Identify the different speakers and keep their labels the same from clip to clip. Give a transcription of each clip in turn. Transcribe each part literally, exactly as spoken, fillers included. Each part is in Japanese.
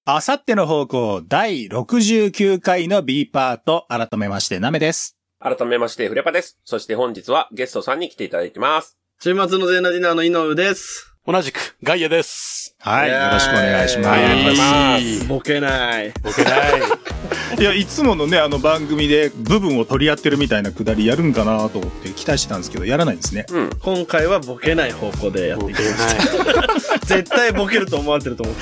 Speaker 1: あさっての方向だいろくじゅうきゅうかいの B パート、改めましてナメです。
Speaker 2: 改めましてフレパです。そして本日はゲストさんに来ていただいてます。
Speaker 3: 週末のゼーナディナーの井上です。
Speaker 4: 同じくガイアです。
Speaker 1: はい、よろしくお願いします。
Speaker 2: はい、ありがとうございます。
Speaker 3: ボケない。
Speaker 4: ボケない。
Speaker 1: いや、いつものね、あの番組で部分を取り合ってるみたいなくだりやるんかなと思って期待してたんですけど、やらないんですね。
Speaker 3: うん。今回はボケない方向でやっていきました。絶対ボケると思われてると思って。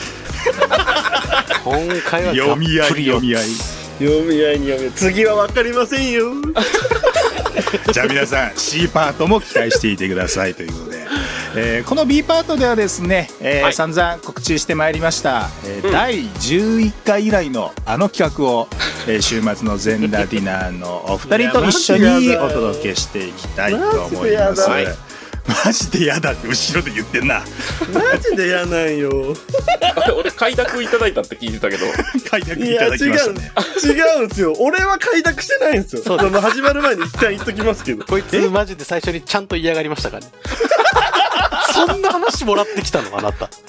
Speaker 4: 今回は
Speaker 1: 読み合い、読み合い。
Speaker 3: 読み合いに読み合い。次はわかりませんよ。
Speaker 1: じゃあ皆さん C パートも期待していてくださいということで、えー、この B パートではですね、えーはい、散々告知してまいりました、えーうん、だいじゅういっかい以来のあの企画を、えー、週末のゼンダディナーのお二人と一緒にお届けしていきたいと思います。マジでやだって後ろで言ってんな。
Speaker 3: マジでやなんよ。
Speaker 2: 俺快諾いただいたって聞いてたけど。
Speaker 1: 快諾いただきましたね。
Speaker 3: いや違う違うんですよ。俺は快諾してないんですよ。そうだ。始まる前に一旦言っときますけど。
Speaker 4: こいつマジで最初にちゃんと嫌がりましたからね。そんな話もらってきたのあなた。つって。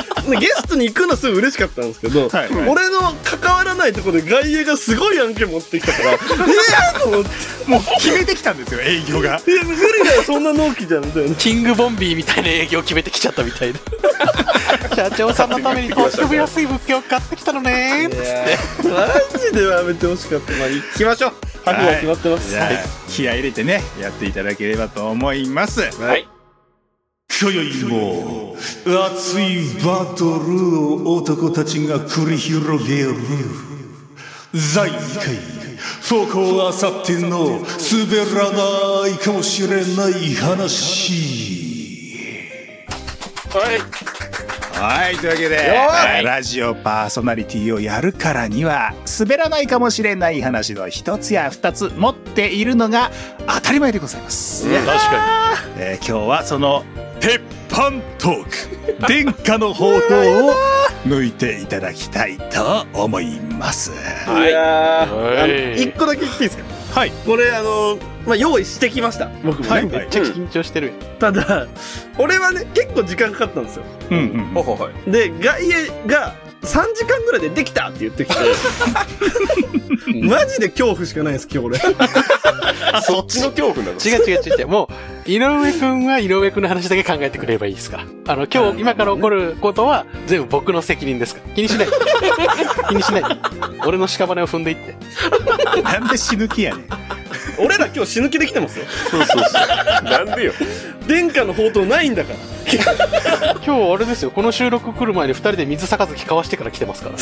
Speaker 3: ゲストに行くのすごい嬉しかったんですけど、はいはい、俺の関わらないところで外野がすごい案件持ってきたから、えーと思って
Speaker 1: もう決めてきたんですよ、営業が。
Speaker 3: いや無理だよ、そんな納期じゃんみたいな。
Speaker 4: キングボンビーみたいな営業決めてきちゃったみたいで。社長さんのためにとっても安い物件を買ってきたのねーっつって。
Speaker 3: マジでやめてほしかった。まあ行きましょう。覚悟は決まってます。
Speaker 1: はい、気合い入れてね、やっていただければと思います。
Speaker 2: はい。
Speaker 1: 今宵も熱いバトルを男たちが繰り広げるだいいっかいフォーコーあさっての滑らないかもしれない話。
Speaker 2: はい
Speaker 1: はい、というわけでラジオパーソナリティをやるからには滑らないかもしれない話の一つや二つ持っているのが当たり前でございます。
Speaker 4: 確か
Speaker 1: に、えー、今日はその鉄板トーク殿下の方法を抜いていただきたいと思います。
Speaker 3: はい、いやー、一個だけ言っていいですか。
Speaker 1: はい、
Speaker 3: これあのまあ、用意してきました僕もね、はいはい、
Speaker 4: めっちゃ緊張してる、うん、
Speaker 3: ただ俺はね結構時間かかったんですよ、
Speaker 1: うんうん
Speaker 3: うん、で外野がさんじかんぐらいでできたって言ってきてマジで恐怖しかないです今日俺。
Speaker 2: そっちの恐怖なの。
Speaker 4: 違う違う違う違う。もう井上くんは井上くんの話だけ考えてくれればいいですから。あの今日今から起こることは全部僕の責任ですから気にしない。気にしない。俺の屍を踏んでいって。
Speaker 1: なんで死ぬ気やねん。
Speaker 3: 俺ら今日死ぬ気できてますよ。
Speaker 4: そうそうそう。
Speaker 2: なんでよ。
Speaker 3: 殿下の宝刀ないんだから。
Speaker 4: 今日あれですよ。この収録来る前にふたりで水杯交わしてから来てますから。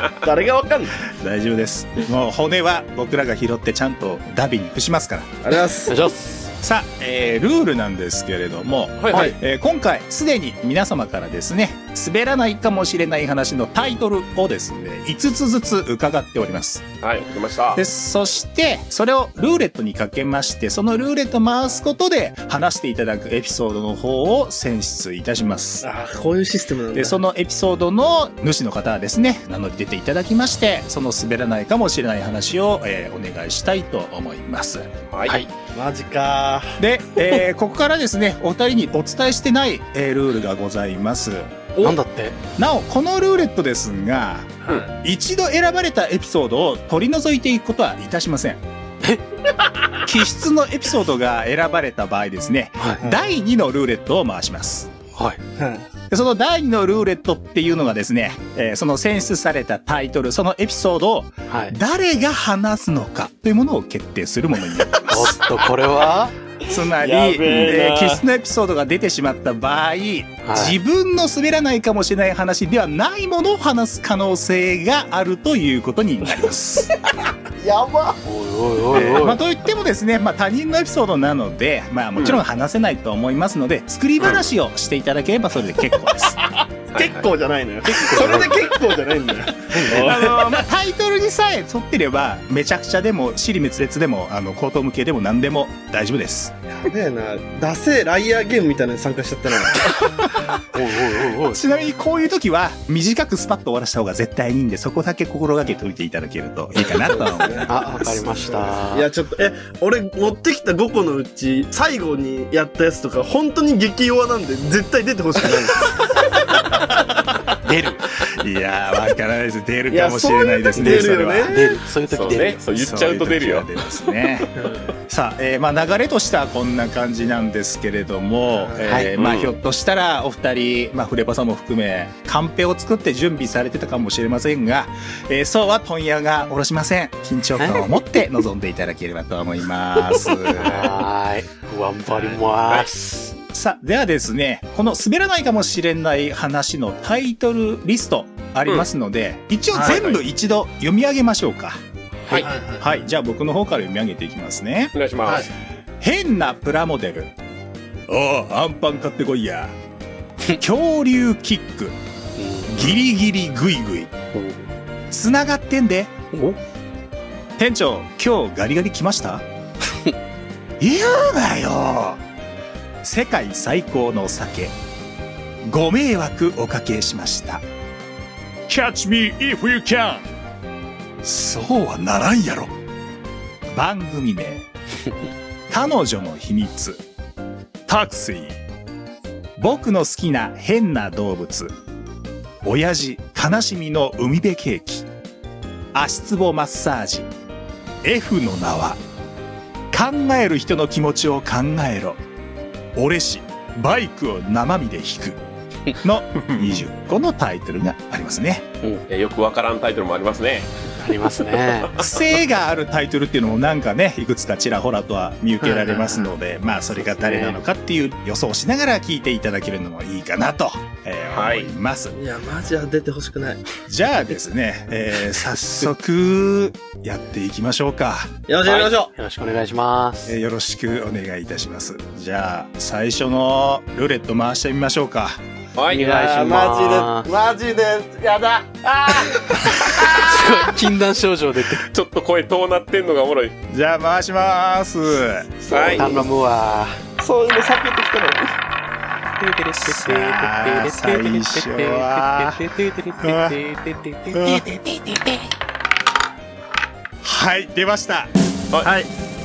Speaker 3: 誰がわかんない。
Speaker 1: 大丈夫です。もう骨は僕らが拾ってちゃんとダビに付しますから。
Speaker 3: ありがとうございます。
Speaker 4: お願いします。
Speaker 1: さあ、えー、ルールなんですけれども、
Speaker 2: はいはい、
Speaker 1: えー、今回すでに皆様からですね滑らないかもしれない話のタイトルをですねいつつずつ伺っております。
Speaker 2: はい、わかりました。
Speaker 1: でそしてそれをルーレットにかけましてそのルーレット回すことで話していただくエピソードの方を選出いたします。
Speaker 3: ああ、こういうシステムなんだ。
Speaker 1: でそのエピソードの主の方はですね名乗り出ていただきましてその滑らないかもしれない話を、えー、お願いしたいと思います。
Speaker 2: はい、はい、
Speaker 3: マジかー。
Speaker 1: で、えー、ここからですねお二人にお伝えしてない、えー、ルールがございます。
Speaker 4: なんだって。
Speaker 1: なおこのルーレットですが、うん、一度選ばれたエピソードを取り除いていくことはいたしません。気質のエピソードが選ばれた場合ですね、はい、だいにのルーレットを回します。
Speaker 4: はい、
Speaker 1: でそのだいにのルーレットっていうのがですね、えー、その選出されたタイトルそのエピソードを誰が話すのかというものを決定するものになります。
Speaker 4: おっとこれは
Speaker 1: つまり、えー、気質のエピソードが出てしまった場合、はい、自分の滑らないかもしれない話ではないものを話す可能性があるということになります。
Speaker 3: やば。
Speaker 4: おいおいおいおい、
Speaker 1: えーまあ、といってもですね、まあ、他人のエピソードなので、まあ、もちろん話せないと思いますので、うん、作り話をしていただければそれで結構です。
Speaker 3: 結構じゃないのよ。それで結構じゃないんだよ。
Speaker 1: あの、まあ、タイトルにさえ沿ってればめちゃくちゃでも尻滅裂でもあの口頭無形でも何でも大丈夫です。
Speaker 3: やべえな、ダセーライアーゲームみたいなのに参加しちゃったな。
Speaker 4: おいおいおいおい。
Speaker 1: ちなみにこういう時は短くスパッと終わらせた方が絶対にいいんでそこだけ心がけておいていただけるといいかなと思います。
Speaker 4: あ、わかりました。
Speaker 3: いやちょっとえ俺持ってきたごこのうち最後にやったやつとか本当に激弱なんで絶対出てほしくないです。
Speaker 4: 出る。
Speaker 1: いやー、わからないです。出るかもしれないですね。
Speaker 3: それは
Speaker 4: 出る。そういう時出る。
Speaker 2: そう言っちゃうと出るよ。
Speaker 1: 出ますね。さあ、えー、まあ流れとしてはこんな感じなんですけれども、えー
Speaker 4: はい、
Speaker 1: まあひょっとしたらお二人、まあフレパさんも含めカンペを作って準備されてたかもしれませんが、えー、そうは問屋がおろしません。緊張感を持って臨んでいただければと思います。
Speaker 4: はい。頑張ります。
Speaker 1: さあ、ではですね、この滑らないかもしれない話のタイトルリストありますので、うん、一応全部一度読み上げましょうか。
Speaker 2: はい。
Speaker 1: はい。じゃあ僕の方から読み上げていきますね。
Speaker 2: お願いします。はい、
Speaker 1: 変なプラモデル。おう、アンパン買ってこいや。恐竜キック。ギリギリグイグイ。つながってんで。店長、今日ガリガリ来ました言うなよ。世界最高の酒。ご迷惑おかけしました。Catch me if you can。そうはならんやろ。番組名。彼女の秘密。タクシー。僕の好きな変な動物。親父悲しみの海辺ケーキ。足つぼマッサージ。F の名は。考える人の気持ちを考えろ。俺氏バイクを生身で引くのにじゅっこのタイトルがありますね。
Speaker 2: うん、よくわからんタイトルもありますね。
Speaker 4: ありますね。
Speaker 1: 癖があるタイトルっていうのもなんかね、いくつかちらほらとは見受けられますので、まあそれが誰なのかっていう予想しながら聞いていただけるのもいいかなと、えーはい、思います。
Speaker 3: いや、マジは出てほしくない。
Speaker 1: じゃあですね、えー、早速やっていきましょうか。
Speaker 3: よろしくお願いしましょう。
Speaker 4: よろしくお願いします。
Speaker 1: えー、よろしくお願いいたします。じゃあ最初のルーレット回してみましょうか。
Speaker 2: はい、
Speaker 4: お願いしま
Speaker 3: す。マジで、マジで、やだ。あ
Speaker 4: すごい、禁断症状出てる。
Speaker 2: ちょっと声遠なってんのがおもろい。
Speaker 1: じゃあ回しまーす。
Speaker 2: はい。
Speaker 4: 頼むわ。
Speaker 3: そういうの避けてきたの。
Speaker 1: さあ、最初は。はい、出ました。
Speaker 3: はい。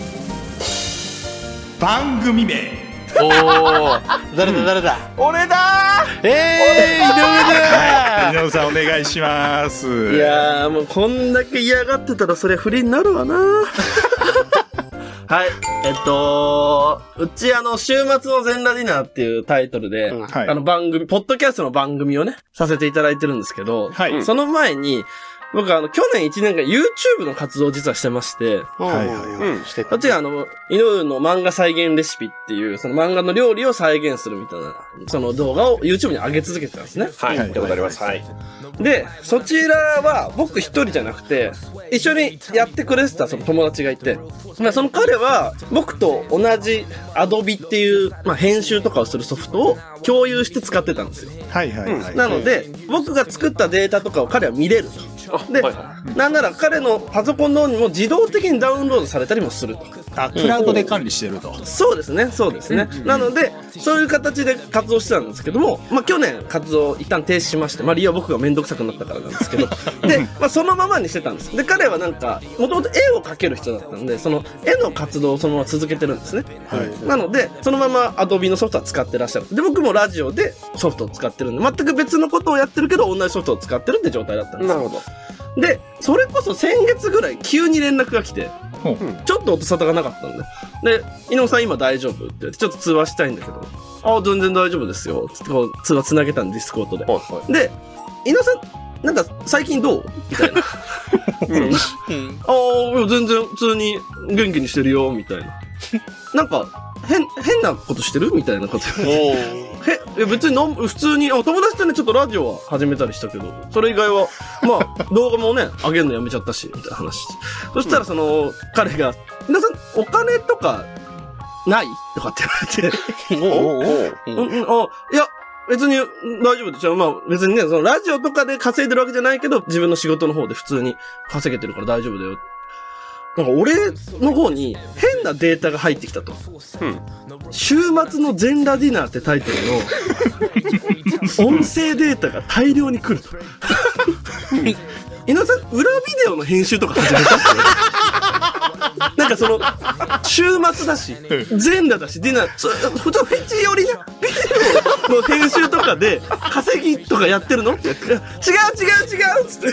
Speaker 1: 番組名。
Speaker 4: おー、誰だ誰だ、
Speaker 3: 俺だ
Speaker 4: ーえー、井上だ
Speaker 1: ー、井上さんお願いします。
Speaker 3: いやー、もうこんだけ嫌がってたらそりゃ不利になるわな。はい、えっとうちあの週末の全裸ディナーっていうタイトルで、うん、はい、あの番組ポッドキャストの番組をねさせていただいてるんですけど、はい、その前に僕あの、去年いちねんかん YouTube の活動を実はしてまして、
Speaker 1: はいはいはい。うん。
Speaker 3: してた。こっちがあの、井上の漫画再現レシピっていう、その漫画の料理を再現するみたいな、その動画を YouTube に上げ続けてたんですね。
Speaker 2: はい。ありがとうございます。はい。
Speaker 3: で、そちらは僕一人じゃなくて、一緒にやってくれてたその友達がいて、まあその彼は僕と同じ Adobe っていう、まあ編集とかをするソフトを共有して使ってたんですよ。
Speaker 1: はいはいはい。
Speaker 3: なので、僕が作ったデータとかを彼は見れると。で、はいはい、なんなら彼のパソコンの方にも自動的にダウンロードされたりもすると。
Speaker 1: あ、クラウドで管理してると。
Speaker 3: そうですね、そうですね。なので、そういう形で活動してたんですけども、まあ去年活動を一旦停止しまして、まあ理由は僕がめんどくさくなったからなんですけど、で、まあそのままにしてたんです。で、彼はなんか、もともと絵を描ける人だったんで、その絵の活動をそのまま続けてるんですね。はい。なので、そのまま Adobe のソフトは使ってらっしゃる。で、僕もラジオでソフトを使ってるんで、全く別のことをやってるけど、同じソフトを使ってるって状態だったんです。
Speaker 2: なるほど。
Speaker 3: で、それこそ先月ぐらい急に連絡が来て、うん、ちょっと音沙汰がなかったんで。で、井上さん今大丈夫って言って、ちょっと通話したいんだけど、ああ、全然大丈夫ですよ。つってこう通話つなげたんで、ディスコードで。はいはい、で、井上さん、なんか最近どうみたいな。うん、ああ、全然普通に元気にしてるよ、みたいな。なんか、変、変なことしてるみたいなこと言われて。へ、いや別にの普通に、あ、友達とね、ちょっとラジオは始めたりしたけど、それ以外は、まあ、動画もね、上げるのやめちゃったし、みたいな話。そしたらその、うん、彼が、皆さん、お金とか、ないとかって言われて。おおおうん、あ、いや、別に大丈夫でしょ。まあ別にね、そのラジオとかで稼いでるわけじゃないけど、自分の仕事の方で普通に稼げてるから大丈夫だよ。なんか俺の方に変なデータが入ってきたと。うん。週末の全裸ディナーってタイトルの音声データが大量に来ると。井上さん、裏ビデオの編集とか始めたってなんかその、週末だし、全裸だし、ディナー、普通フェチ寄りなビデオの編集とかで稼ぎとかやってるのって言って、違う違う違うっつって。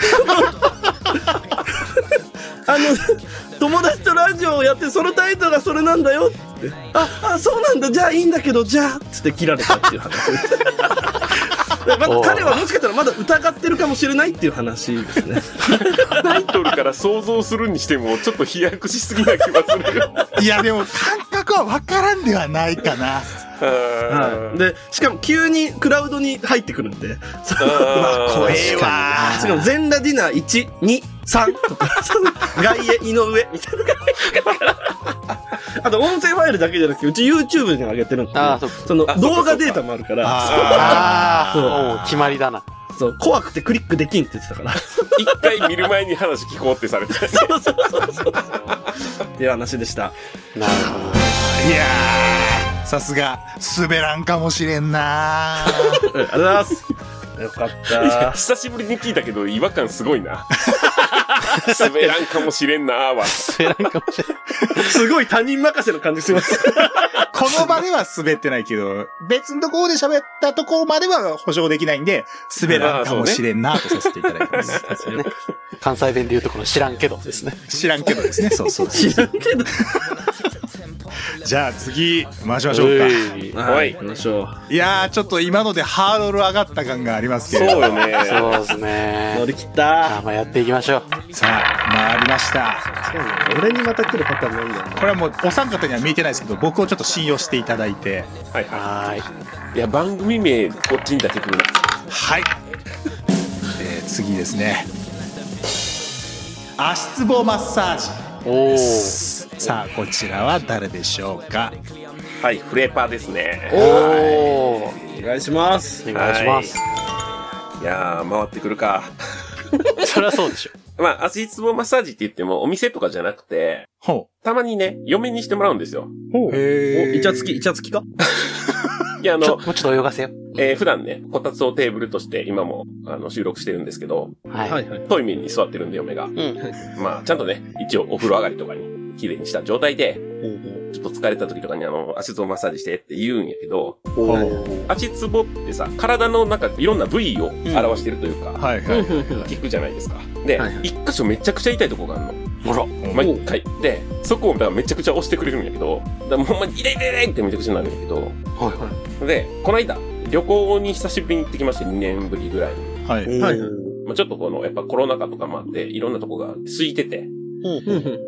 Speaker 3: あの、友達とラジオをやって、そのタイトルがそれなんだよって。あ、あ、そうなんだ、じゃあいいんだけど、じゃあつって切られたっていう話。まだ彼はもしかしたらまだ疑ってるかもしれないっていう話ですね。
Speaker 2: タイトルから想像するにしてもちょっと飛躍しすぎな気がする。
Speaker 1: いやでも感覚は分からんではないかな。
Speaker 3: はい、でしかも急にクラウドに入ってくるんで、う
Speaker 1: わ怖えわ。
Speaker 3: しかも全裸ディナーいち、に、さんとか外野井上みたいな感じからあと音声ファイルだけじゃなくてうち YouTube に上げてるんで、
Speaker 4: あ
Speaker 3: その動画データもあるから、
Speaker 4: ああそう決まりだな。
Speaker 3: そう怖くてクリックできんって言ってたから
Speaker 2: 一回見る前に話聞こうってされてそう
Speaker 3: そうそうそうっていう話でした。
Speaker 4: なるほど。
Speaker 1: いやーさすが滑らんかもしれんな。
Speaker 3: ありがとうございます。よかった
Speaker 2: 久しぶりに聞いたけど違和感すごいな。滑らんかもしれんなーは
Speaker 4: 滑らんかもしれん
Speaker 3: すごい他人任せの感じします
Speaker 1: この場では滑ってないけど別のところで喋ったところまでは保証できないんで滑らんかもしれんなとさせていただきます、
Speaker 4: ね、関西弁で言うとこの知らんけどですね。
Speaker 1: 知らんけどですね。そうそう
Speaker 3: 知らんけど
Speaker 1: じゃあ次回しましょうか。
Speaker 3: はい、行きましょ
Speaker 1: う。いやーちょっと今のでハードル上がった感がありますけど。
Speaker 2: そうよね。
Speaker 4: そうですね。
Speaker 3: 乗り切った。
Speaker 4: まあやっていきましょ
Speaker 1: う。さあ回りました。
Speaker 3: 俺にまた来るパターンなんだよね。
Speaker 1: これはもうお三方には見えてないですけど僕をちょっと信用していただいて。
Speaker 2: はい
Speaker 4: はい。
Speaker 2: いや番組名こっちにだけ来るな。
Speaker 1: はい。えー、次ですね。足つぼマッサージ。
Speaker 4: おお。
Speaker 1: さあこちらは誰でしょうか。
Speaker 2: はい、フレーパーですね。
Speaker 3: おお、お願いします。
Speaker 4: お願いします。
Speaker 2: いやー回ってくるか。
Speaker 4: そりゃそうでしょ。
Speaker 2: まあ足つぼマッサージって言ってもお店とかじゃなくて、
Speaker 1: ほ
Speaker 2: うたまにね嫁にしてもらうんですよ。
Speaker 3: ほう。へえ。イチャつきイチャつきか。
Speaker 2: いやあの
Speaker 4: ちょもうちょっと泳がせよ。
Speaker 2: えー、普段ねこたつをテーブルとして今もあの収録してるんですけど、
Speaker 4: はいはいはい。
Speaker 2: トイメンに座ってるんで嫁が、うん、まあちゃんとね一応お風呂上がりとかに綺麗にした状態で、うん、ちょっと疲れた時とかにあの足つぼマッサージしてって言うんやけど、足つぼってさ体の中いろんな部位を表してるというか、うん、はいはい、聞くじゃないですか。で、はいはい、一箇所めちゃくちゃ痛いとこがあるの。ほら、毎回でそこをだからめちゃくちゃ押してくれるんやけど、だからほんまに痛い痛い痛いってめちゃくちゃなるんやけど、はいはい。でこの間旅行に久しぶりに行ってきましてにねんぶりぐらいに、はいはい。まあちょっとこのやっぱコロナ禍とかもあっていろんなとこが空いてて。うん、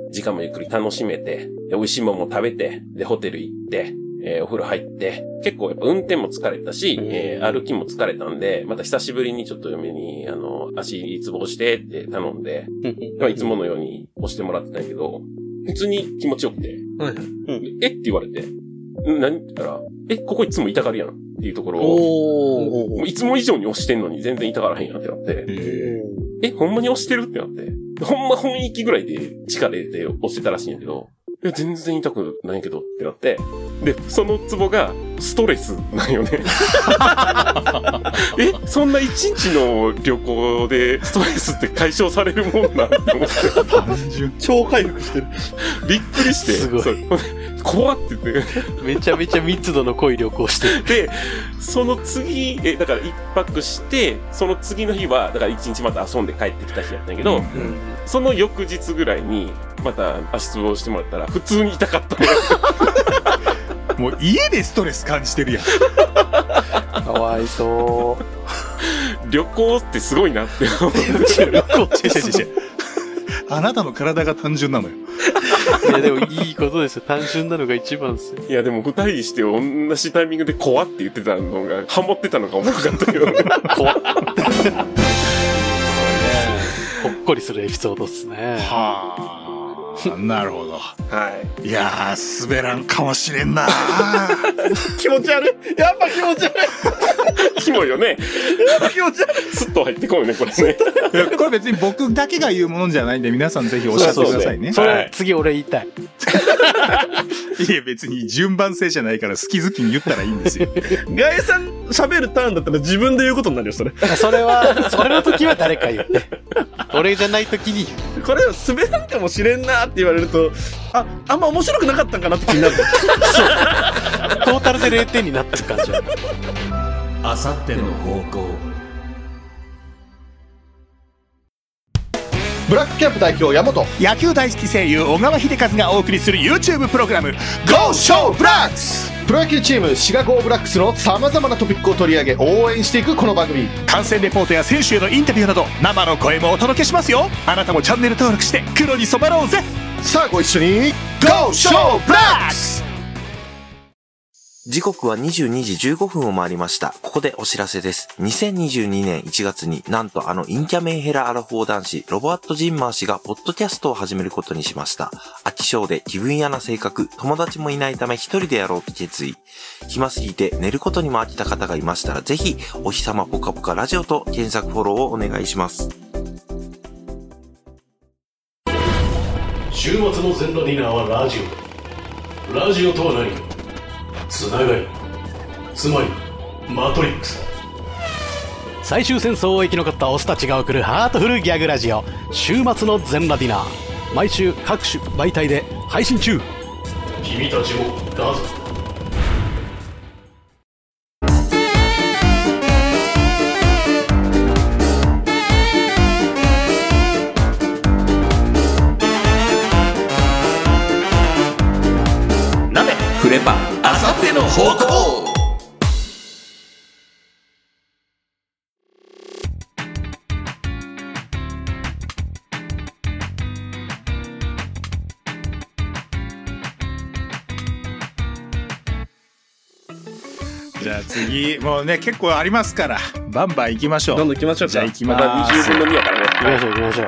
Speaker 2: 時間もゆっくり楽しめて、美味しいものも食べて、で、ホテル行って、えー、お風呂入って、結構やっぱ運転も疲れたし、えー、歩きも疲れたんで、また久しぶりにちょっと嫁に、あの、足つぼ押してって頼んで、まあ、いつものように押してもらってたんやけど、普通に気持ちよくて、はいはい、えって言われて、何って言ったら、え、ここいつも痛がるやんっていうところを、もういつも以上に押してんのに全然痛がらへんやんってなって、え、ほんまに押してるってなって、ほんま雰囲気ぐらいで力入れて押してたらしいんやけど、いや全然痛くないけどってなって、で、そのツボがストレスなんよね。え、そんな一日の旅行でストレスって解消されるもんなんって思って。
Speaker 3: 単純。超回復してる。
Speaker 2: びっくりして。
Speaker 4: すごい。
Speaker 2: 怖って言って。
Speaker 4: めちゃめちゃ密度の濃い旅行してる。
Speaker 2: で、その次、え、だから一泊して、その次の日は、だから一日また遊んで帰ってきた日やったんやけど、うんうん、その翌日ぐらいに、また足つぼをしてもらったら、普通に痛かったね。
Speaker 1: もう家でストレス感じてるやん。
Speaker 4: かわいそう。
Speaker 2: 旅行ってすごいなって思う。
Speaker 1: 旅行ってすごい。あなたの体が単純なのよ。
Speaker 4: いやでもいいことですよ。単純なのが一番ですよ。
Speaker 2: いやでも二人して同じタイミングで怖って言ってたのがハモってたのが面白かったけどね。
Speaker 4: 怖っ。ほっこりするエピソードっすね。
Speaker 1: はあ。なるほど。
Speaker 2: はい。
Speaker 1: いやー、滑らんかもしれんな
Speaker 3: 気持ち悪い。やっぱ気持ち悪い。
Speaker 2: キモいよね。
Speaker 3: やっぱ気持ち悪い。
Speaker 2: スッと入ってこいね、これね。
Speaker 1: いや、これ別に僕だけが言うものじゃないんで、皆さんぜひおっしゃってくださいね。
Speaker 4: それ、はい、次俺言いたい。
Speaker 1: いや、別に順番性じゃないから好き好きに言ったらいいんですよ。
Speaker 3: ガエさん喋るターンだったら自分で言うことになるよ、それ。
Speaker 4: それは、それの時は誰か言って。俺じゃない時に言
Speaker 3: う。これは滑らんかもしれんなって言われると、あ、あんま面白くなかったんかなって気になる。そう。
Speaker 4: トータルでれいてんになってる感じ。
Speaker 5: あさっての方向。
Speaker 6: ブラックキャンプ代表山本、
Speaker 1: 野球大好き声優小川秀和がお送りする YouTube プログラム Go Show Blacks。
Speaker 6: プロ野球チーム滋賀ゴーブラックスのさまざまなトピックを取り上げ応援していくこの番組。
Speaker 1: 観戦レポートや選手へのインタビューなど生の声もお届けしますよ。あなたもチャンネル登録して黒に染まろうぜ。
Speaker 6: さあご一緒に
Speaker 1: Go Show Blacks。
Speaker 7: 時刻はにじゅうにじじゅうごふんを回りました。ここでお知らせです。にせんにじゅうにねんいちがつになんとあのインキャメンヘラアラフォー男子ロボアット・ジンマー氏がポッドキャストを始めることにしました。飽き性で気分屋な性格、友達もいないため一人でやろうと決意。暇すぎて寝ることにも飽きた方がいましたらぜひお日様ぽかぽかラジオと検索フォローをお願いします。
Speaker 8: 週末の全裸ディナーはラジオ。ラジオとは何か。つながり、つまりマトリックスだ。
Speaker 4: 最終戦争を生き残ったオスたちが送るハートフルギャグラジオ、週末の全裸ディナー、毎週各種媒体で配信中。
Speaker 8: 君たちもだぞ。
Speaker 5: 鍋フレパあさっての方向。
Speaker 1: じゃあ次もうね結構ありますからバンバン行きましょう。
Speaker 3: どんどん行きましょうか。
Speaker 1: じゃあ行きま
Speaker 2: まだにじゅうぶんのにやからね。
Speaker 4: 行きましょう行きましょう。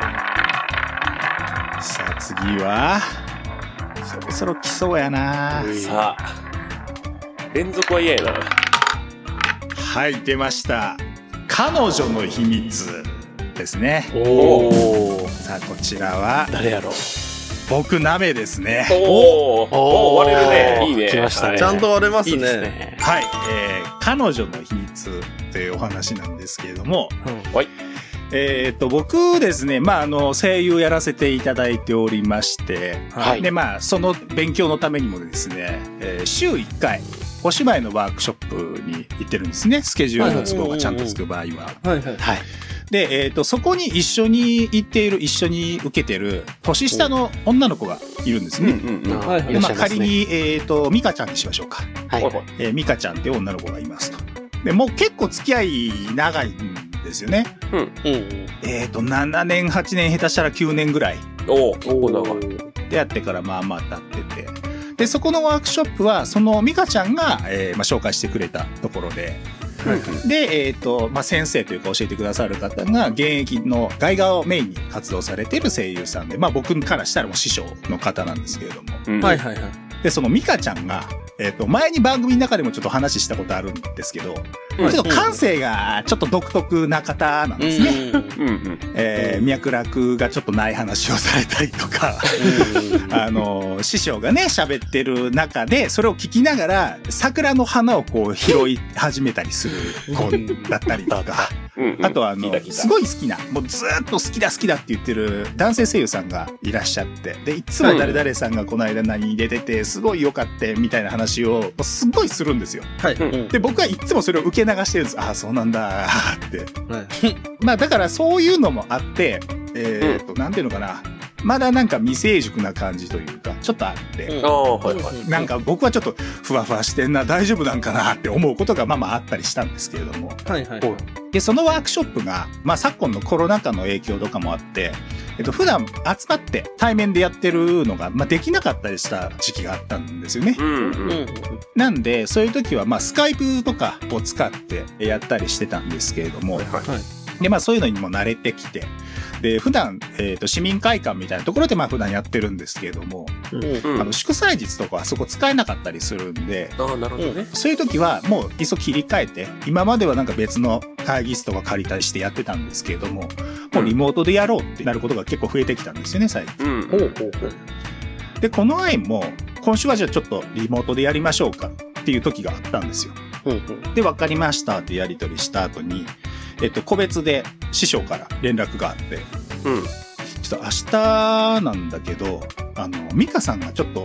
Speaker 1: さあ次はそろそろ来そうやな。
Speaker 2: さあ連続は嫌やな。
Speaker 1: はい出ました。彼女の秘密ですね。
Speaker 4: おお。
Speaker 1: さあこちらは
Speaker 4: 誰やろう。
Speaker 1: 僕ナメですね。
Speaker 2: おーおー割れるね。いいね。
Speaker 4: 来ましたね。
Speaker 3: ちゃんと割れますね。
Speaker 4: いいですね。
Speaker 1: はい、えー、彼女の秘密というお話なんですけれども、
Speaker 2: はい。
Speaker 1: えー、っと僕ですね、まああの声優やらせていただいておりまして、
Speaker 4: はい。
Speaker 1: でまあその勉強のためにもですね、えー、週いっかいお芝居のワークショップに行ってるんですね。スケジュールの都合がちゃんとつく場合は。
Speaker 3: はいはい。
Speaker 4: はい。
Speaker 1: で、えー、とそこに一緒に行っている一緒に受けてる年下の女の子がいるんですね。
Speaker 2: うんうん。
Speaker 3: はいはい
Speaker 1: でまあ、仮に、えー、とミカちゃんにしましょうか。
Speaker 4: はい。
Speaker 1: えー、ミカちゃんっていう女の子がいますと。でもう結構付き合い長いんですよね。
Speaker 2: うん。
Speaker 4: うん。
Speaker 1: えっ、とななねんはちねん下手したらきゅうねんぐらい
Speaker 2: おお結構長い。
Speaker 1: でやってからまあまあ経ってて、でそこのワークショップはそのミカちゃんが、えーまあ、紹介してくれたところで。で、えっ、と、まあ、先生というか教えてくださる方が現役の外画をメインに活動されている声優さんで、まあ僕からしたらもう師匠の方なんですけれども。
Speaker 2: うん
Speaker 3: はいはいはい。
Speaker 1: で、そのミカちゃんが、えっ、と、前に番組の中でもちょっと話したことあるんですけど、
Speaker 2: うん
Speaker 1: ちょっと感性がちょっと独特な方なんですね。
Speaker 2: うんうん。
Speaker 1: えー、脈絡がちょっとない話をされたりとか、あの、師匠がね、喋ってる中で、それを聞きながら、桜の花をこう拾い始めたりする子だったりとか、
Speaker 2: うんうん。
Speaker 1: あとはあの
Speaker 2: 聞いた聞いた
Speaker 1: すごい好きなもうずーっと好きだ好きだって言ってる男性声優さんがいらっしゃって、でいつも誰々さんがこの間何に出ててすごい良かったみたいな話をすごいするんですよ。
Speaker 3: はい。
Speaker 2: うん
Speaker 1: で僕はいつもそれを受け流してるんです。ああそうなんだーって。
Speaker 3: はい。
Speaker 1: まあだからそういうのもあってえっと、なんていうのかな、まだなんか未成熟な感じというかちょっとあって、
Speaker 2: ああはいはい。
Speaker 1: なんか僕はちょっとふわふわしてんな大丈夫なんかなって思うことがまあまああったりしたんですけれども、
Speaker 3: はいはい。
Speaker 1: でそのワークショップが、まあ、昨今のコロナ禍の影響とかもあって、えっと、普段集まって対面でやってるのが、まあ、できなかったりした時期があったんですよね。
Speaker 2: うんうん。
Speaker 1: なんでそういう時はまあスカイプとかを使ってやったりしてたんですけれども、
Speaker 2: はい。
Speaker 1: でまあそういうのにも慣れてきて、で普段、えー、と市民会館みたいなところでまあ普段やってるんですけれども、
Speaker 2: うん
Speaker 1: あの祝祭日とかはそこ使えなかったりするんで、
Speaker 2: ああなるほどね。
Speaker 1: そういう時はもういっそ切り替えて、今まではなんか別の会議室とか借りたりしてやってたんですけれども、もうリモートでやろうってなることが結構増えてきたんですよね最近。
Speaker 2: うん。
Speaker 3: ほうほうほう。
Speaker 1: でこの愛も今週はじゃあちょっとリモートでやりましょうかっていう時があったんですよ。で分かりましたってやり取りした後に、えっと、個別で師匠から連絡があって、
Speaker 2: うん。
Speaker 1: ちょっと明日なんだけど、あの、ミカさんがちょっと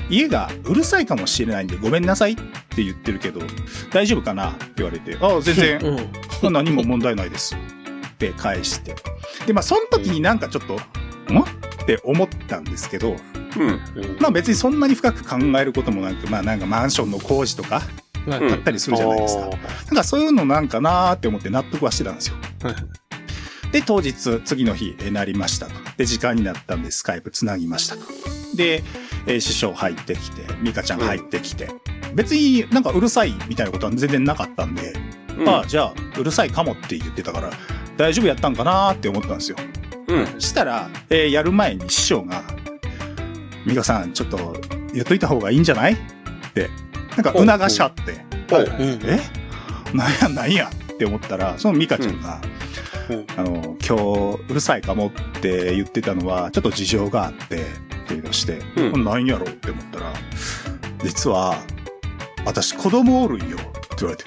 Speaker 1: 家がうるさいかもしれないんでごめんなさいって言ってるけど大丈夫かなって言われて、ああ全然、うん、何も問題ないですって返して、でまあその時になんかちょっとんって思ったんですけど、うん、まあ別にそんなに深く考えることもなく、まあなんかマンションの工事とかだったりするじゃないですか、うん、なんかそういうのなんかなーって思って納得はしてたんですよ。で当日次の日えなりましたと。で時間になったんでスカイプつなぎましたと。で、えー、師匠入ってきてミカちゃん入ってきて、うん、別になんかうるさいみたいなことは全然なかったんで、うん、ああじゃあうるさいかもって言ってたから大丈夫やったんかなーって思ったんですよ。うん、したら、えー、やる前に師匠がミカさんちょっと言っといた方がいいんじゃないってなんか促しちゃって、えなんやなんやって思ったらそのミカちゃんが、うん、あの今日うるさいかもって言ってたのはちょっと事情があってって言い出して、うん、何やろうって思ったら実は私子供おるんよって言われて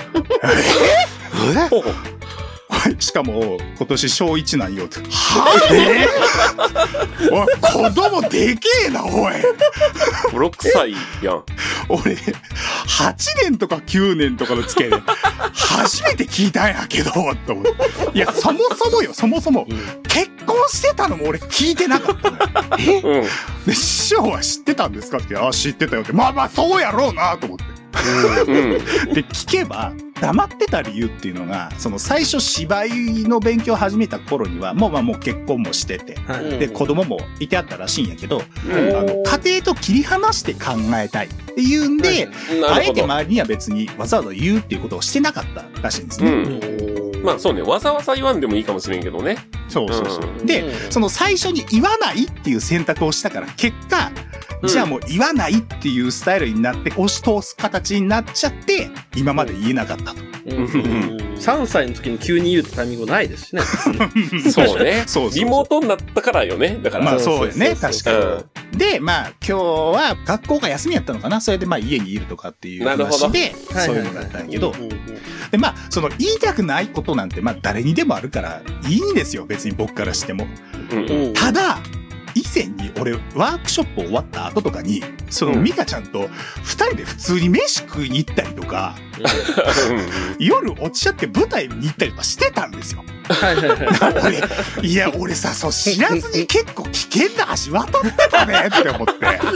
Speaker 1: えしかも今年小一なんよって。はぁ、えー、おい子供でけえなおい
Speaker 2: ろくさいやん。
Speaker 1: 俺はちねんとかきゅうねんとかの付き合いで初めて聞いたんやけどと思って、いやそもそもよそもそも、うん、結婚してたのも俺聞いてなかったのよ。え、うん、で師匠は知ってたんですかって、あ知ってたよって、まあまあそうやろうなと思って、うん、で聞けば黙ってた理由っていうのがその最初芝居の勉強を始めた頃にはもうまあもう結婚もしてて、はい、で子供もいてあったらしいんやけど、うん、あの家庭と切り離して考えたいっていうんで、はい、あえて周りには別にわざわざ言うっていうことをしてなかったらしいんですね、
Speaker 2: うん、まあそうねわざわざ言わんでもいいかもしれんけどね。
Speaker 1: そうそうそう、うん、でその最初に言わないっていう選択をしたから結果じゃあもう言わないっていうスタイルになって押し通す形になっちゃって今まで言えなかったと、うん
Speaker 3: うん、さんさいの時に急に言うってタイミングないですしね
Speaker 2: そうねそうそうそうリモートになったからよね。だから
Speaker 1: まあそうよね確かに、うん、でまあ今日は学校が休みやったのかな、それでまあ家にいるとかっていう話でそういうのだったんやけど、でまあその言いたくないことなんてまあ誰にでもあるからいいんですよ別に僕からしても、うん、ただ以前に俺ワークショップ終わった後とかにそのミカちゃんと二人で普通に飯食いに行ったりとか、うん、夜落ちちゃって舞台に行ったりとかしてたんですよ。俺いや俺さそう知らずに結構危険な橋渡ってたねって思って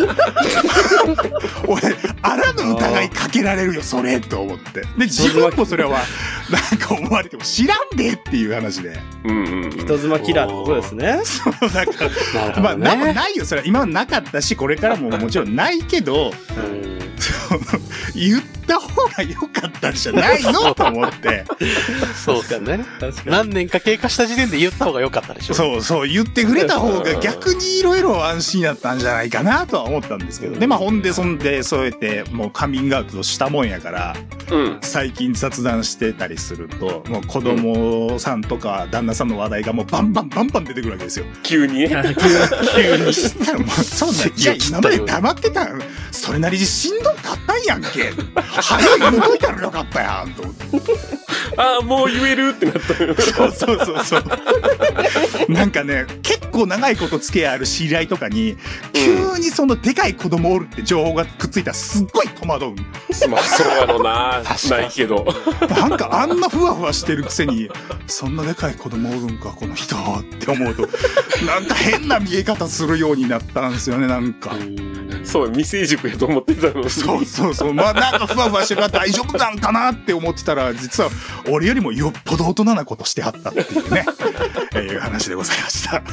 Speaker 1: 俺あらぬ疑いかけられるよそれと思って、で自分もそれはなんか思われても知らんでっていう話で、
Speaker 3: うんうん、人妻キラーってことですね。
Speaker 1: そうなんかな、ね、まあなないよそれは今はなかったしこれからももちろんないけど、うん、言った方が良かったんじゃないのと思って
Speaker 4: そうですね。何年か経過した時点で言った方が良かったでしょ。
Speaker 1: そうそう言ってくれた方が逆にいろいろ安心だったんじゃないかなとは思ったんですけど、でまあほんでそんでそうやってもうカミングアウトしたもんやから、うん、最近雑談してたりするともう子供さんとか旦那さんの話題がもうバンバンバンバン出てくるわけですよ。
Speaker 2: 急にね
Speaker 1: 急にしたらもうそうねいや今まで黙ってたそれなりにしんどかったんやんけ早い言うといたらよかったやんと思って
Speaker 2: ああもう言えるってなったよ
Speaker 1: そうそうそうそうなんかね結構長いこと付き合いある知り合いとかに急にそのでかい子供おるって情報がくっついたらすっごい戸惑う。
Speaker 2: まあそうやろうなないけど
Speaker 1: なんかあんなふわふわしてるくせにそんなでかい子供おるんかこの人って思うとなんか変な見え方するようになったんですよね。なんか
Speaker 2: そう未成熟やと思ってたの。
Speaker 1: そうそうそうまあなんかふわふわしてるから大丈夫なんかなって思ってたら実は俺よりもよっぽど大人なことしてはったっていうねえー、いう話でございました。ろくね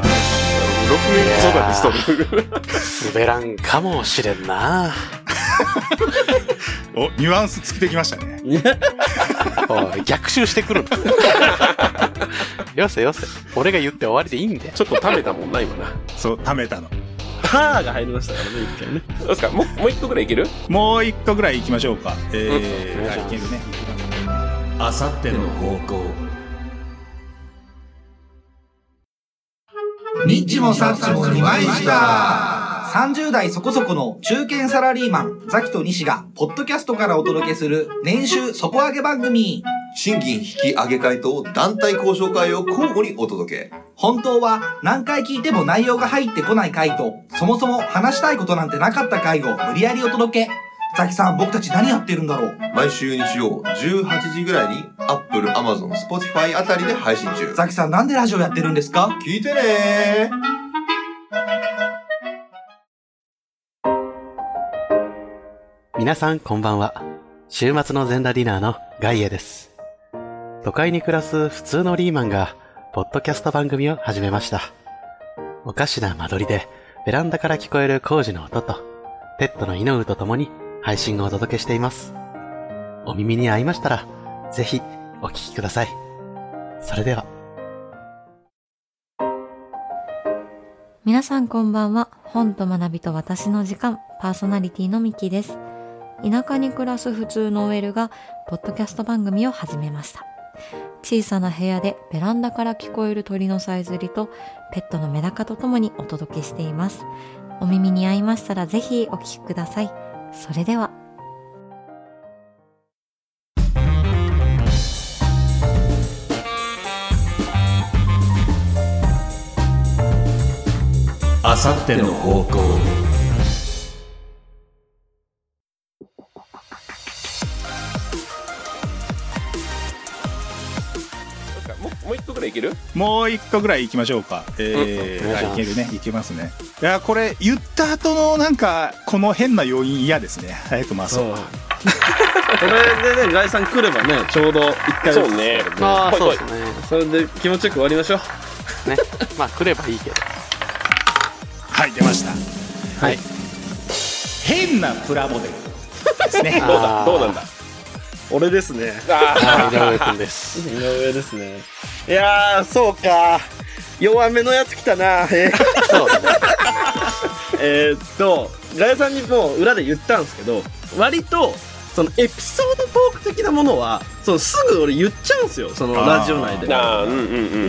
Speaker 2: ん育てしとる
Speaker 4: 滑らんかもしれんな
Speaker 1: おニュアンス尽きてきましたね
Speaker 4: おい逆襲してくるよせよせ俺が言って終わりでいいんだよ。
Speaker 2: ちょっと貯めたもんな今な。
Speaker 1: そう貯めたの
Speaker 3: はーが入りましたからね一回ね。
Speaker 2: どうですかもうもう一個ぐらいいける？
Speaker 1: もう一個ぐらいいきましょうか。えー、うん、はい、いけるね。
Speaker 5: あさっての方向。
Speaker 9: ニッチもサッチも二枚舌。さんじゅう代そこそこの中堅サラリーマンザキと西がポッドキャストからお届けする年収底上げ番組。
Speaker 6: 賃金引き上げ会と団体交渉会を交互にお届け。
Speaker 9: 本当は何回聞いても内容が入ってこない回と、そもそも話したいことなんてなかった回を無理やりお届け。ザキさん、僕たち何やってるんだろう。
Speaker 6: 毎週日曜じゅうはちじぐらいに Apple、Amazon、Spotify あたりで配信中。
Speaker 9: ザキさん、なんでラジオやってるんですか？
Speaker 6: 聞いてねー。
Speaker 4: 皆さんこんばんは。週末の全裸ディナーのガイエです。都会に暮らす普通のリーマンがポッドキャスト番組を始めました。おかしな間取りでベランダから聞こえる工事の音とペットのイノウと共に配信をお届けしています。お耳に合いましたらぜひお聞きください。それでは。
Speaker 10: 皆さんこんばんは。本と学びと私の時間、パーソナリティのミキです。田舎に暮らす普通の オーエル がポッドキャスト番組を始めました。小さな部屋でベランダから聞こえる鳥のさえずりとペットのメダカとともにお届けしています。お耳に合いましたらぜひお聞きください。それでは。
Speaker 5: あさっての方向。
Speaker 2: もう一個ぐらいいける？
Speaker 1: もう一個ぐらいいきましょうか。えー、うん、はい、いけるね、いけますね。いや、これ言った後のなんかこの変な要因嫌ですね。早く回そう。こ
Speaker 3: れでね、ガイさん来ればね、ちょうど一回。
Speaker 2: そうね。
Speaker 3: ああ、そうですね。それで気持ちよく終わりましょう。
Speaker 4: ね、まあ来ればいいけど。
Speaker 1: はい、出ました。
Speaker 3: はい。
Speaker 1: 変なプラモデルですね。
Speaker 2: どうだ、どうなんだ。
Speaker 3: 俺ですね。
Speaker 4: ああ、井上くんです。
Speaker 3: 井上ですね。いやー、そうか。弱めのやつ来たな。えー、そうだね。えっと、ガヤさんにもう裏で言ったんですけど、割と、そのエピソードトーク的なものは、そのすぐ俺言っちゃうんですよ。そのラジオ内で。
Speaker 2: ああ、うんうんうん。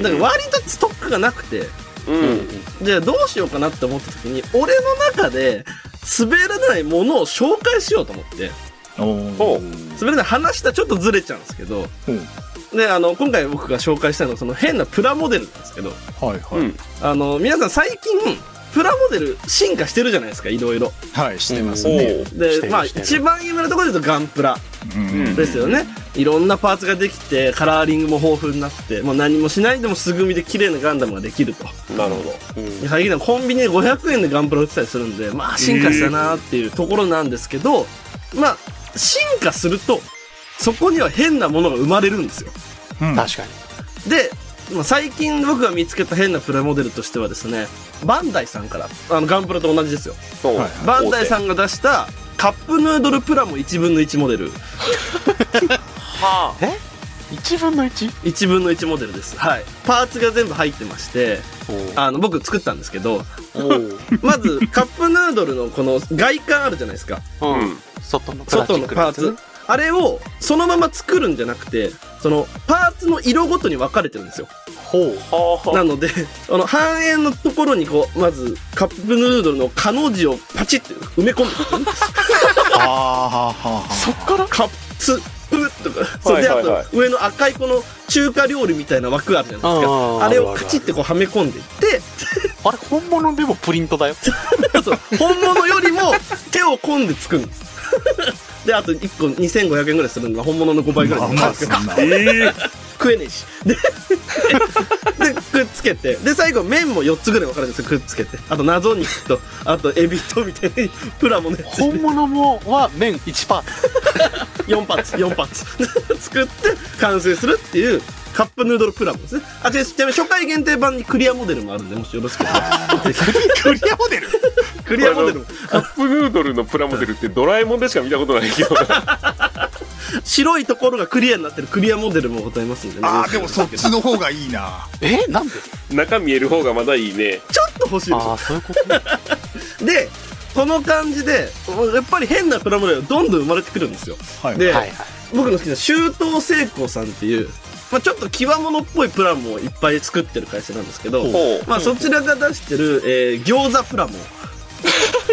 Speaker 3: だから割とストックがなくて、うん。じゃあどうしようかなって思った時に、俺の中で滑らないものを紹介しようと思って。滑らない話したらちょっとずれちゃうんですけど、で、あの、今回僕が紹介したいのはその変なプラモデルなんですけど、
Speaker 1: はいはい。うん、
Speaker 3: あの、皆さん最近、プラモデル進化してるじゃないですか、いろいろ。
Speaker 1: はい、してますね。
Speaker 3: で、まあ、一番有名なところで言うとガンプラですよね。いろんなパーツができて、カラーリングも豊富になって、もう何もしないでも素組みで綺麗なガンダムができると。
Speaker 2: なるほど。
Speaker 3: うん、最近はコンビニでごひゃくえんでガンプラ売ってたりするんで、まあ、進化したなっていうところなんですけど、まあ、進化すると、そこには変なものが生まれるんですよ。
Speaker 4: うん、確か
Speaker 3: に。で、最近僕が見つけた変なプラモデルとしてはですね、バンダイさんから、あのガンプラと同じですよ。バンダイさんが出したカップヌードルプラモいちぶんのいちモデル。
Speaker 4: はあ、えいちぶんのいち？
Speaker 3: いちぶんのいちモデルです。はい。パーツが全部入ってまして、あの僕作ったんですけど、まずカップヌードルのこの外観あるじゃないですか。
Speaker 4: うん。外のプラスチックのやつ、
Speaker 3: 外のパーツ。あれをそのまま作るんじゃなくて、そのパーツの色ごとに分かれてるんですよ。
Speaker 4: ほ
Speaker 3: う。なので、あの半円のところにこうまずカップヌードルのカの字をパチッて埋め込んでるんです。
Speaker 4: はあ。そっから
Speaker 3: カッツプとか、それであと上の赤いこの中華料理みたいな枠あるじゃないですか。あれをカチッてこうはめ込んでいって、
Speaker 4: あれ本物でもプリントだよ。
Speaker 3: そう、本物よりも手を込んで作るんです。で、あといっこにせんごひゃくえんぐらいするのが本物のごばいぐらいなんですけど、えー、食えねえし。で、でくっつけて、で、最後麺もよっつぐらい分かるんですよ、くっつけて。あと謎肉と、あとエビとみたいに、プラモね。
Speaker 4: 本物もは麺いちパーツ。
Speaker 3: よんパーツ、よんパーツ。作って完成するっていう、カップヌードルプラモですね。あ、ちなみに初回限定版にクリアモデルもあるんで、もしよろしければ。
Speaker 1: クリアモデル
Speaker 3: クリアモデル。
Speaker 2: カップヌードルのプラモデルってドラえもんでしか見たことないけど。
Speaker 3: 白いところがクリアになってるクリアモデルもございますんでね。
Speaker 1: あー、でもそっちの方がいいな。
Speaker 4: え、なんで？
Speaker 2: 中見える方がまだいいね。
Speaker 3: ちょっと欲しいです。
Speaker 4: あー、そういうこと
Speaker 3: で、この感じで、やっぱり変なプラモデルがどんどん生まれてくるんですよ。はい、で、はいはい、僕の好きな周東製鋼さんっていう、まあ、ちょっと極物っぽいプラモをいっぱい作ってる会社なんですけど、まあ、そちらが出してる、えー、餃子プラモ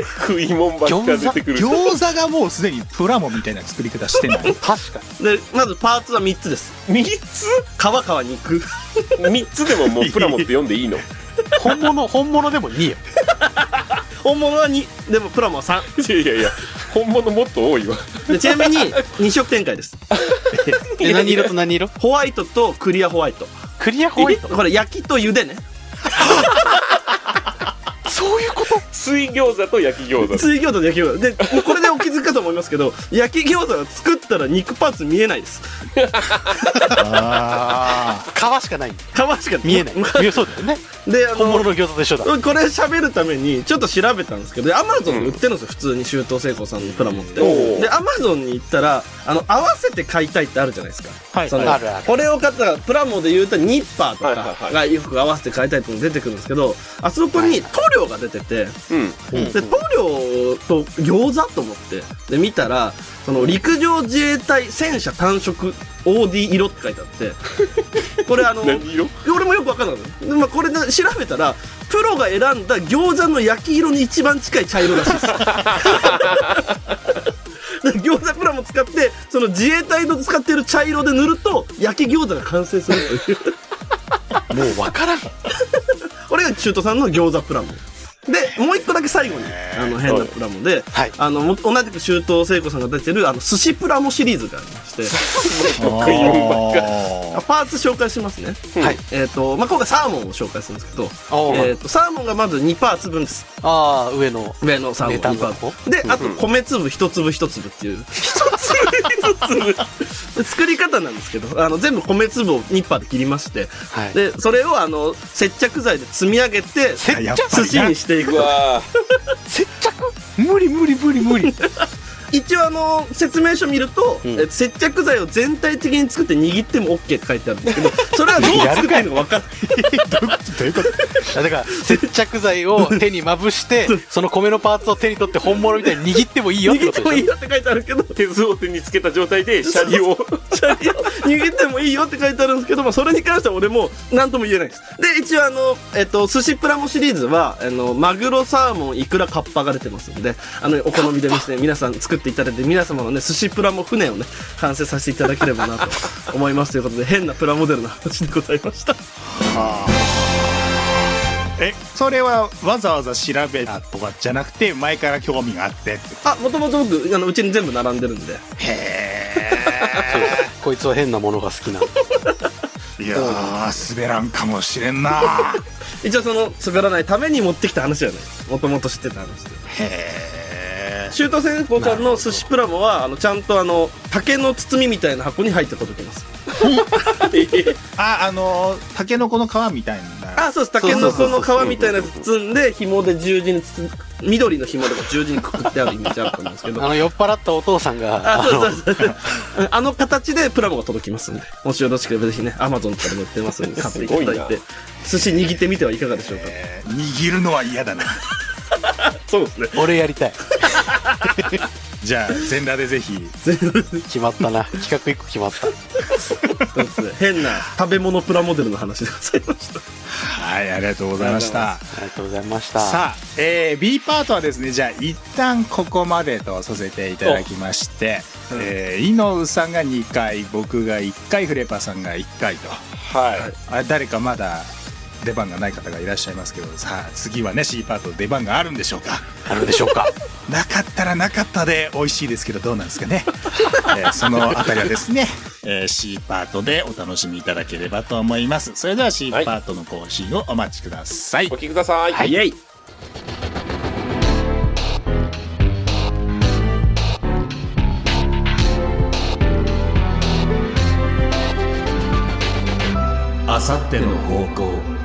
Speaker 2: 食い物ばっか出てくる。
Speaker 1: 餃子がもうすでにプラモみたいな作り方してない。
Speaker 4: 確か
Speaker 3: に。で、まずパーツはみっつです。
Speaker 2: みっつ？
Speaker 3: 皮皮肉。
Speaker 2: みっつでももうプラモって読んでいいの？
Speaker 4: 本物、本物でもによ。
Speaker 3: 本物はに、でもプラモはさん。
Speaker 2: いやいやいや、本物もっと多いわ。
Speaker 3: でちなみにに色展開です。
Speaker 4: え、何色と何色？
Speaker 3: ホワイトとクリアホワイト。
Speaker 4: クリアホワイト？
Speaker 3: これ焼きと茹でね。
Speaker 4: そういうこと？
Speaker 2: 水餃子と焼き餃子。
Speaker 3: 水餃子と焼き餃子。で、これでお気づくかと思いますけど、焼き餃子は作ったら肉パーツ見えないです。
Speaker 4: あー。皮しかない。
Speaker 3: 皮しか
Speaker 4: 見えない。見えそうだよね。
Speaker 3: で、あの、
Speaker 4: 本物の餃子と一緒だ。
Speaker 3: これ喋るためにちょっと調べたんですけど、アマゾンで売ってるんですよ、普通に周東聖子さんのプラモって。で、アマゾンに行ったら、あの、合わせて買いたいってあるじゃないですか。
Speaker 1: はい。
Speaker 3: その
Speaker 4: あるある。
Speaker 3: これを買ったら、プラモで言うとニッパーとかがよく合わせて買いたいってのが出てくるんですけど、あそこに塗料が出てて、うん、で塗料と餃子と思ってで見たら、その陸上自衛隊戦車単色 オーディー 色って書いてあってこれあの
Speaker 2: 何色？
Speaker 3: 俺もよく分かんなかった。で、まあ、これで調べたらプロが選んだ餃子の焼き色に一番近い茶色らしいです餃子プラモ使ってその自衛隊の使ってる茶色で塗ると焼き餃子が完成するという
Speaker 4: もう分からん
Speaker 3: これが中途さんの餃子プラモで、もう一個だけ最後に、あの、変なプラモで、はい、あの、同じく周東聖子さんが出てる、あの、寿司プラモシリーズがありまして、パーツ紹介しますね。はい。えっと、まあ、今回サーモンを紹介するんですけど、えっと、サーモンがまずにパーツ分です。
Speaker 4: ああ、上の。
Speaker 3: 上のサーモンにパーツ。で、あと、米粒一粒一粒っていう。一粒一粒作り方なんですけど、あの、全部米粒をニッパーで切りまして、はい、で、それをあの、接着剤で積み上げて、寿司にしていくわ
Speaker 4: 接着無理無理無理無理
Speaker 3: 一応あの説明書見ると、うん、接着剤を全体的に作って握っても OK って書いてあるんですけどそれはどう作ってるのか分かんない
Speaker 4: どういうことだから接着剤を手にまぶしてその米のパーツを手に取って本物みたいに握ってもいいよってことでしょ。
Speaker 3: 握ってもいいよって書いてあるけど
Speaker 2: 鉄を手につけた状態でシャリを
Speaker 3: シャリを握ってもいいよって書いてあるんですけど、まあ、それに関しては俺も何とも言えないです。で一応あの、えっと、寿司プラモシリーズはあのマグロサーモンイクラカッパが出てますんで、あのお好みでですね皆さん作っていただいて皆様のね寿司プラモ船をね完成させていただければなと思いますということで変なプラモデルの話でございました。は
Speaker 1: あ、えそれはわざわざ調べたとかじゃなくて前から興味があってって？
Speaker 3: あ、もともと僕あのうちに全部並んでるんで。へ
Speaker 4: えこいつは変なものが好きな。
Speaker 1: いやー滑らんかもしれんな
Speaker 3: 一応その滑らないために持ってきた話じゃないです。もともと知ってた話で。へえ周東聖子さんの寿司プラモはあのちゃんとあの竹の包みみたいな箱に入って届きます
Speaker 1: あ、あのタケノコの皮みたいな。
Speaker 3: あ、そうです。タケノコの皮みたいな包んで紐で十字に包緑の紐でも十字にくくってあるイメージあると思うんですけど
Speaker 4: あの酔っ払ったお父さんが
Speaker 3: あそうそうそうあの形でプラモが届きますんで、もしよろしければぜひねアマゾンとかでも売ってますんで買っていただいて寿司握ってみてはいかがでしょうか。
Speaker 1: えー、握るのは嫌だな
Speaker 3: そうですね。
Speaker 4: 俺やりたい
Speaker 1: じゃあ全裸でぜひ
Speaker 4: 決まったな企画いっこ決まった
Speaker 3: 変な食べ物プラモデルの話でございました。
Speaker 1: はい、ありがとうございました。
Speaker 4: ありがとうございました。
Speaker 1: さあ、えー、B パートはですね、じゃあ一旦ここまでとさせていただきまして、うん、えー、井上さんがにかい、僕がいっかい、フレパさんがいっかいと。はい。あ、誰かまだ出番がない方がいらっしゃいますけど、さあ次はね C パート出番があるんでしょうか。
Speaker 4: あるでしょうか。
Speaker 1: なかったらなかったで美味しいですけどどうなんですかね、えー、そのあたりはですね、えー、C パートでお楽しみいただければと思います。それでは C パートの更新をお待ちください。
Speaker 2: お聞きください。
Speaker 3: はい、イエイ。
Speaker 5: あさっての方向。